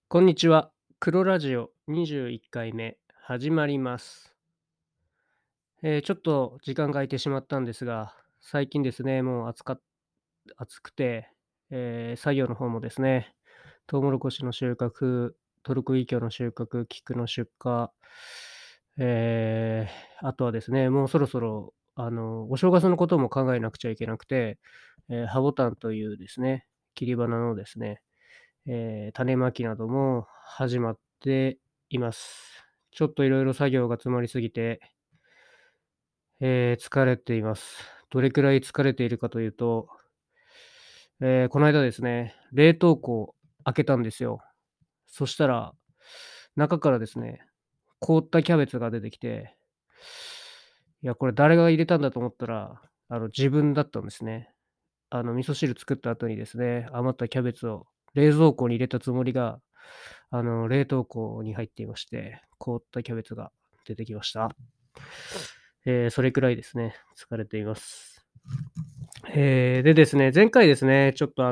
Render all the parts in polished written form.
こんにちは。黒ラジオ21回目始まります。ちょっと時間が空いてしまったんですが、最近ですね、もう暑くて、作業の方もですね、トウモロコシの収穫、トルコギキョウの収穫、菊の出荷、あとはですね、もうそろそろお正月のことも考えなくちゃいけなくて、ハボタンというですね、切り花のですね、種まきなども始まっています。ちょっといろいろ作業が詰まりすぎて、疲れています。どれくらい疲れているかというと、この間ですね、冷凍庫を開けたんですよ。そしたら、中からですね、凍ったキャベツが出てきて、いや、これ誰が入れたんだと思ったら、自分だったんですね。味噌汁作った後にですね、余ったキャベツを冷蔵庫に入れたつもりが、冷凍庫に入っていまして、凍ったキャベツが出てきました。それくらいですね、疲れています。でですね、前回ですね、ちょっと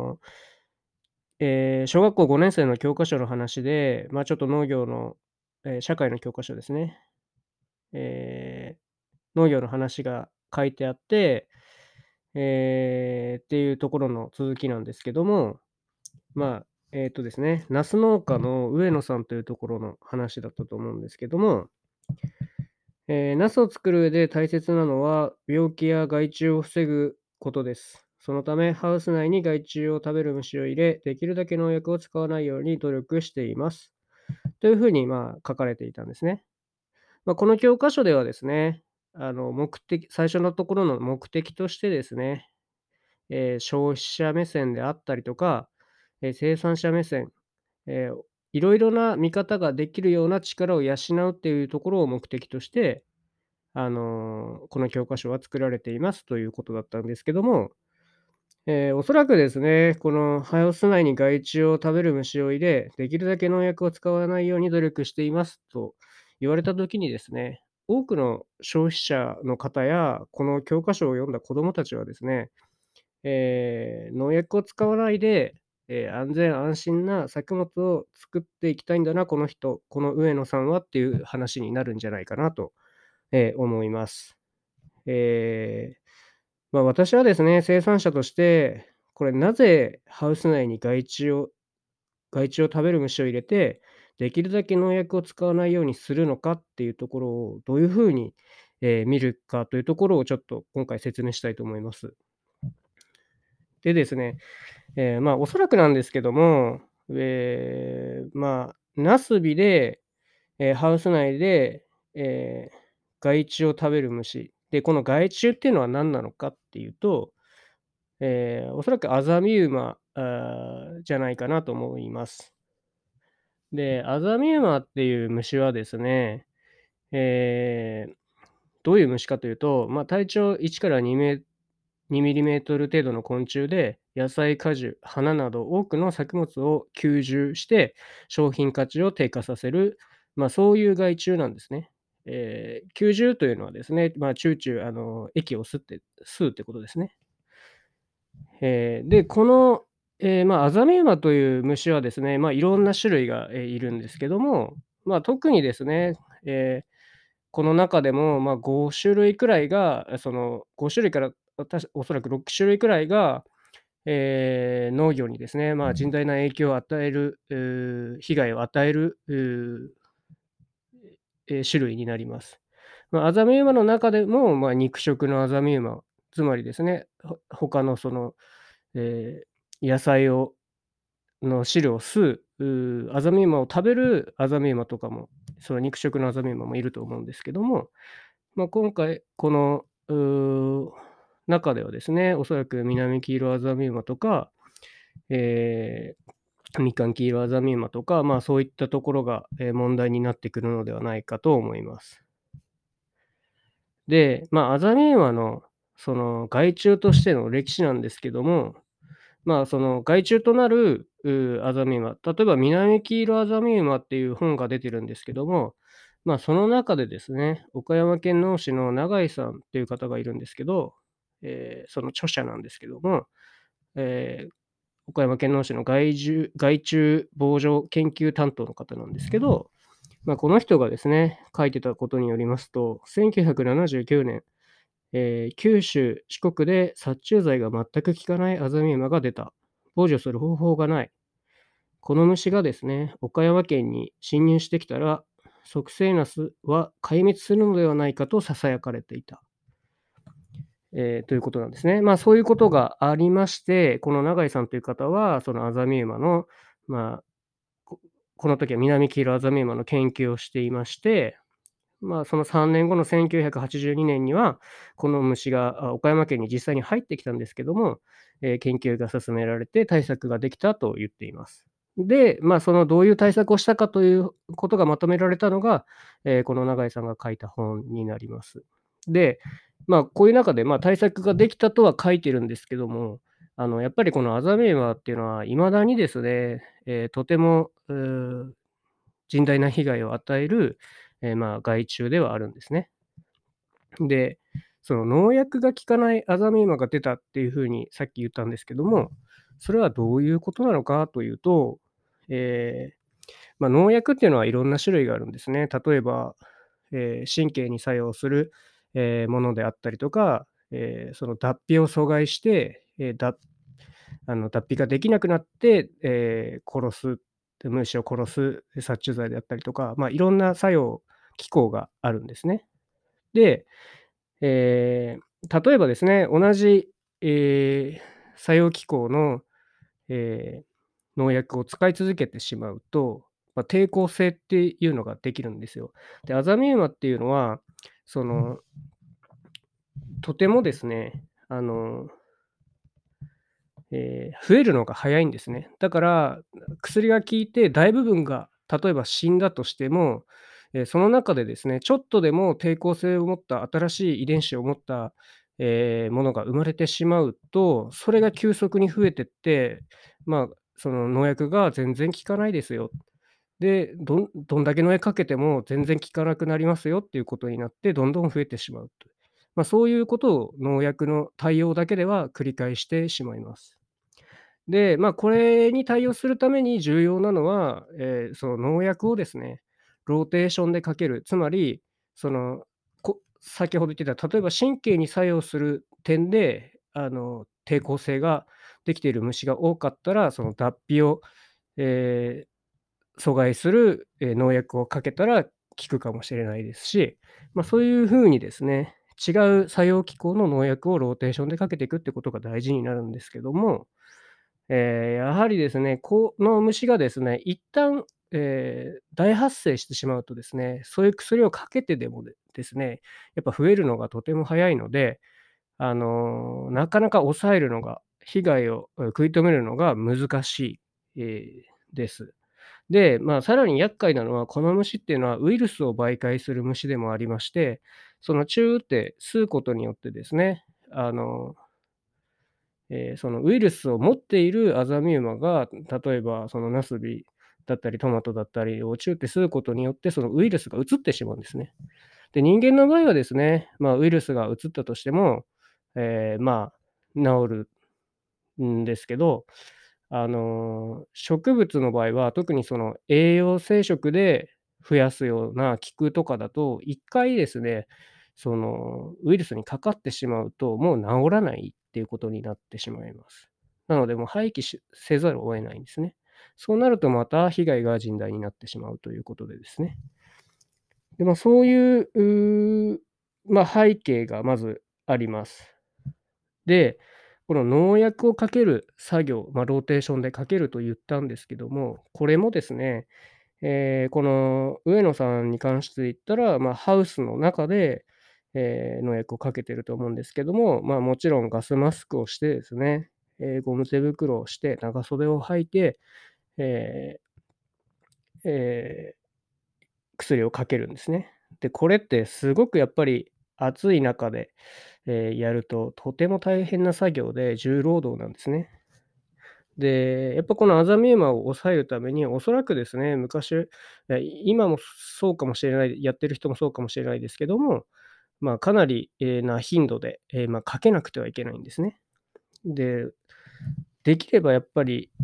小学校5年生の教科書の話で、ちょっと農業の、社会の教科書ですね。え農業の話が書いてあって、っていうところの続きなんですけども、ですね、ナス農家の上野さんというところの話だったと思うんですけども、ナスを作る上で大切なのは、病気や害虫を防ぐことです。そのため、ハウス内に害虫を食べる虫を入れ、できるだけ農薬を使わないように努力しています。というふうに、書かれていたんですね。この教科書ではですね、最初のところの目的としてですね、消費者目線であったりとか、生産者目線、いろいろな見方ができるような力を養うっていうところを目的として、この教科書は作られていますということだったんですけども、おそらくですね、このハウス内に害虫を食べる虫を入れ、できるだけ農薬を使わないように努力していますと言われたときにですね、多くの消費者の方や、この教科書を読んだ子どもたちはですね、農薬を使わないで、安全安心な作物を作っていきたいんだな、この人、この上野さんはっていう話になるんじゃないかなと、思います。え私はですね、生産者として、これなぜハウス内に害虫を食べる虫を入れて、できるだけ農薬を使わないようにするのかっていうところを、どういうふうに、見るかというところをちょっと今回説明したいと思います。でですね、おそらくなんですけども、ナスビで、ハウス内で、害虫を食べる虫。で、この害虫っていうのは何なのかっていうと、おそらくアザミウマ、じゃないかなと思います。で、アザミウマっていう虫はですね、えーどういう虫かというと、体長1から2ミリメートル程度の昆虫で、野菜、果樹、花など多くの作物を吸収して、商品価値を低下させる、そういう害虫なんですね。吸収というのはですね、チューチュー息を吸うってことですね。で、この、アザミウマという虫はですね、いろんな種類が、いるんですけども、特にですね、この中でも、5種類くらいが、5種類から、おそらく6種類くらいが、農業にですね、甚大な影響を与える、被害を与える、種類になります。アザミウマの中でも、肉食のアザミウマ、つまりですね、他の野菜の汁を吸う、アザミウマを食べるアザミウマとかも、その肉食のアザミウマもいると思うんですけども、今回この、中ではですね、おそらくミナミキイロアザミウマとか、えみかん黄色アザミウマとか、そういったところが、問題になってくるのではないかと思います。で、アザミウマのその害虫としての歴史なんですけども、その害虫となる、アザミウマ、例えば南黄色アザミウマっていう本が出てるんですけども、その中でですね、岡山県農師の永井さんっていう方がいるんですけど、その著者なんですけども、え岡山県農市の害虫防除研究担当の方なんですけど、この人がですね、書いてたことによりますと、1979年、九州、四国で殺虫剤が全く効かないアザミウマが出た。防除する方法がない。この虫がですね、岡山県に侵入してきたら、促成ナスは壊滅するのではないかと囁かれていた。ということなんですね。そういうことがありまして、この永井さんという方は、そのアザミウマの、まあ、この時は南黄色アザミウマの研究をしていまして、その3年後の1982年には、この虫が岡山県に実際に入ってきたんですけども、研究が進められて対策ができたと言っています。で、そのどういう対策をしたかということがまとめられたのが、この永井さんが書いた本になります。で、こういう中で、対策ができたとは書いてるんですけども、やっぱりこのアザミウマっていうのは、未だにですね、とても、甚大な被害を与える、害虫ではあるんですね。で、その農薬が効かないアザミウマが出たっていうふうにさっき言ったんですけども、それはどういうことなのかというと、農薬っていうのはいろんな種類があるんですね。例えば、神経に作用する、ものであったりとか、その脱皮を阻害して、脱皮ができなくなって、虫を殺す殺虫剤であったりとか、いろんな作用、機構があるんですね。で、例えばですね、同じ、作用機構の、農薬を使い続けてしまうと、抵抗性っていうのができるんですよ。で、アザミウマっていうのは、その、とてもですね、増えるのが早いんですね。だから、薬が効いて大部分が例えば死んだとしても、その中でですね、ちょっとでも抵抗性を持った新しい遺伝子を持った、ものが生まれてしまうと、それが急速に増えてって、その農薬が全然効かないですよ。で、どんだけ農薬かけても全然効かなくなりますよっていうことになって、どんどん増えてしまうと。そういうことを農薬の対応だけでは繰り返してしまいます。で、これに対応するために重要なのは、その農薬をですね、ローテーションでかける。つまり、その、先ほど言ってた、例えば神経に作用する点で、抵抗性ができている虫が多かったら、その脱皮を、え阻害する、農薬をかけたら効くかもしれないですし、そういう風にですね、違う作用機構の農薬をローテーションでかけていくってことが大事になるんですけども、やはりですね、この虫がですね、一旦、大発生してしまうとですね、そういう薬をかけてでもですね、やっぱ増えるのがとても早いので、なかなか抑えるのが、被害を食い止めるのが難しい、です。で、さらに厄介なのは、この虫っていうのはウイルスを媒介する虫でもありまして、そのチューって吸うことによってですね、そのウイルスを持っているアザミウマが、例えばそのナスビだったりトマトだったりをチューって吸うことによって、そのウイルスが移ってしまうんですね。で、人間の場合はですね、ウイルスが移ったとしても、治るんですけど、植物の場合は、特にその栄養生殖で増やすような菊とかだと、1回ですね、そのウイルスにかかってしまうと、もう治らないっていうことになってしまいます。なので、もう廃棄せざるを得ないんですね。そうなるとまた被害が甚大になってしまうということでですね。で、そういう、背景がまずあります。で、この農薬をかける作業、ローテーションでかけると言ったんですけども、これもですね、この上野さんに関して言ったら、ハウスの中で、農薬をかけてると思うんですけども、もちろんガスマスクをしてですね、ゴム手袋をして、長袖を履いて、えーえー薬をかけるんですね。で、これってすごくやっぱり暑い中で、やるととても大変な作業で重労働なんですね。で、やっぱこのアザミウマを抑えるために、おそらくですね、今もそうかもしれない、やってる人もそうかもしれないですけども、かなり、な頻度で、かけなくてはいけないんですね。で、 できればやっぱり、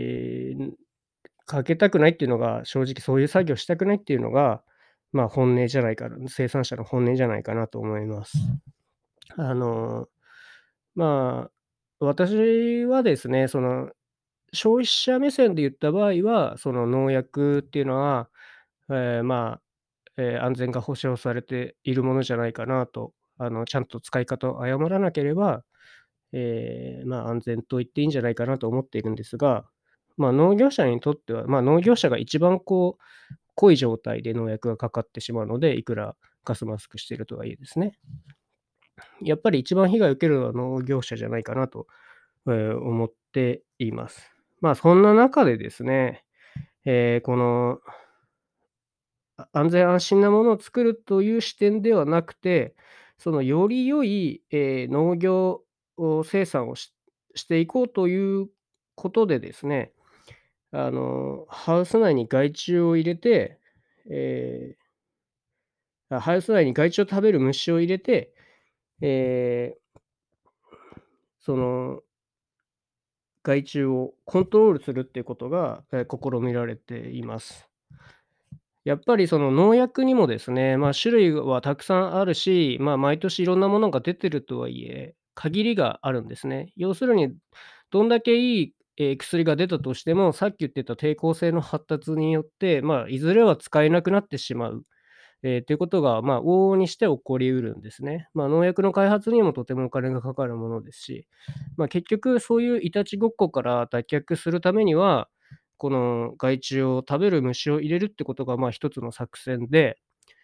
かけたくないっていうのが、正直そういう作業したくないっていうのが、本音じゃないかな、生産者の本音じゃないかなと思います。あの、ま私はですね、消費者目線で言った場合は、その農薬っていうのは、ええ、ま安全が保証されているものじゃないかなと、ちゃんと使い方を誤らなければ、安全と言っていいんじゃないかなと思っているんですが、農業者にとっては、農業者が一番濃い状態で農薬がかかってしまうので、いくらガスマスクしているとはいえですね。やっぱり一番被害を受けるのは農業者じゃないかなと、思っています。そんな中でですね、この安全安心なものを作るという視点ではなくて、そのより良い、農業生産をしていこうということでですね、ハウス内に害虫を入れて、えハウス内に害虫を食べる虫を入れて、えーその害虫をコントロールするっていうことが、試みられています。やっぱりその農薬にもですね、種類はたくさんあるし、毎年いろんなものが出てるとはいえ、限りがあるんですね。要するに、どんだけいい、薬が出たとしても、さっき言ってた抵抗性の発達によって、いずれは使えなくなってしまう。ということが、往々にして起こりうるんですね。農薬の開発にもとてもお金がかかるものですし、結局そういういたちごっこから脱却するためには、この害虫を食べる虫を入れるってことが、一つの作戦で、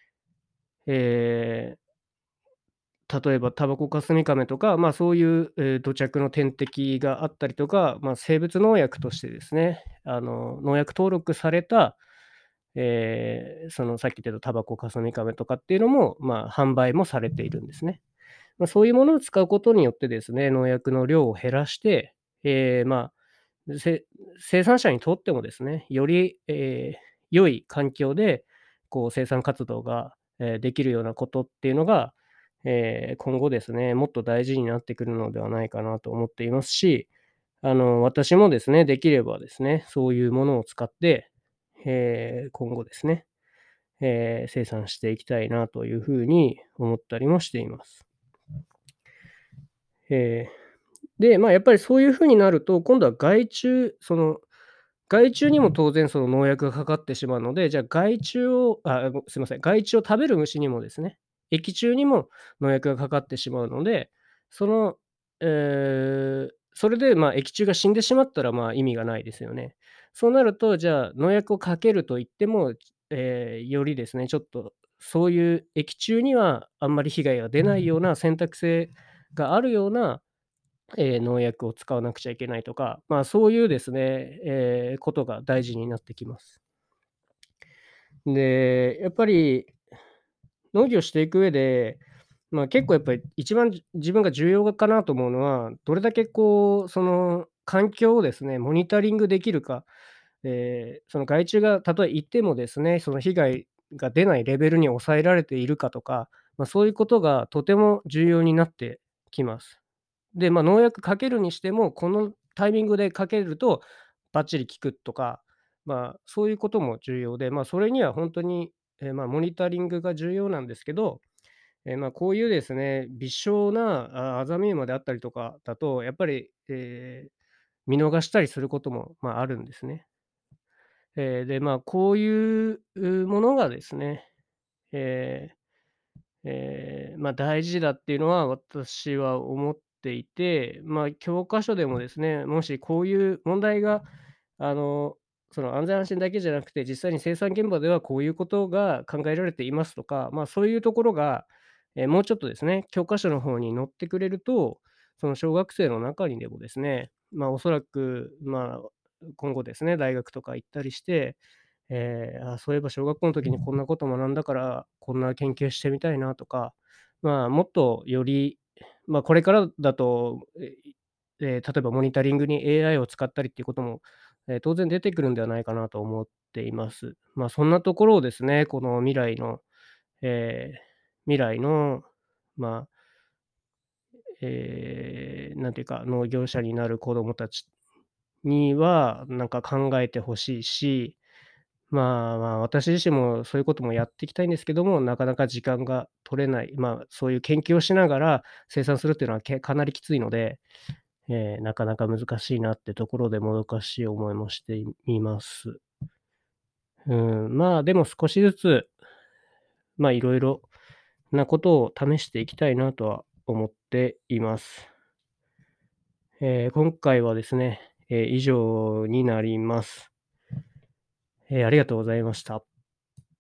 え例えばタバコカスミカメとか、そういう、土着の天敵があったりとか、生物農薬としてですね、農薬登録された、そのさっき言ったタバコカスミカメとかっていうのも、販売もされているんですね。そういうものを使うことによってですね、農薬の量を減らして、ええ、ませ生産者にとってもですね、より、良い環境で、生産活動が、できるようなことっていうのが、今後ですね、もっと大事になってくるのではないかなと思っていますし、私もですね、できればですね、そういうものを使って、今後ですね、生産していきたいなというふうに思ったりもしています。えで、やっぱりそういう風になると、今度は害虫にも当然その農薬がかかってしまうので、じゃあ害虫をすいません、害虫を食べる虫にもですね、益虫にも農薬がかかってしまうので、その、それで益虫が死んでしまったら、意味がないですよね。そうなると、じゃあ農薬をかけると言っても、よりですね、ちょっとそういう益虫にはあんまり被害が出ないような選択性があるような農薬を使わなくちゃいけないとか、そういうですね、ことが大事になってきます。で、やっぱり農業していく上で、結構やっぱり一番自分が重要かなと思うのは、どれだけその環境をですね、モニタリングできるか、その害虫がたとえいてもですね、その被害が出ないレベルに抑えられているかとか、そういうことがとても重要になってきます。で、農薬かけるにしても、このタイミングでかけるとバッチリ効くとか、そういうことも重要で、それには本当に、モニタリングが重要なんですけど、こういうですね、微小なアザミウマであったりとかだと、やっぱり、見逃したりすることも、あるんですね。こういうものがですね、え大事だっていうのは私は思っていて、教科書でもですね、もしこういう問題が、あの、その安全安心だけじゃなくて、実際に生産現場ではこういうことが考えられていますとか、そういうところが、もうちょっとですね、教科書の方に載ってくれると、その小学生の中にでもですね、おそらく、今後ですね、大学とか行ったりして、そういえば小学校の時にこんなこと学んだから、こんな研究してみたいなとか、もっとより、これからだと、例えばモニタリングに AI を使ったりっていうことも、当然出てくるんではないかなと思っています。そんなところをですね、このえー未来の、まなんていうか、農業者になる子どもたちには、なんか考えて欲しいし、私自身もそういうこともやっていきたいんですけども、なかなか時間が取れない、そういう研究をしながら生産するっていうのはかなりきついので、なかなか難しいなってところでもどかしい思いもしています。でも少しずつ、いろいろなことを試していきたいなとは思っています。今回はですね、以上になります。ありがとうございました。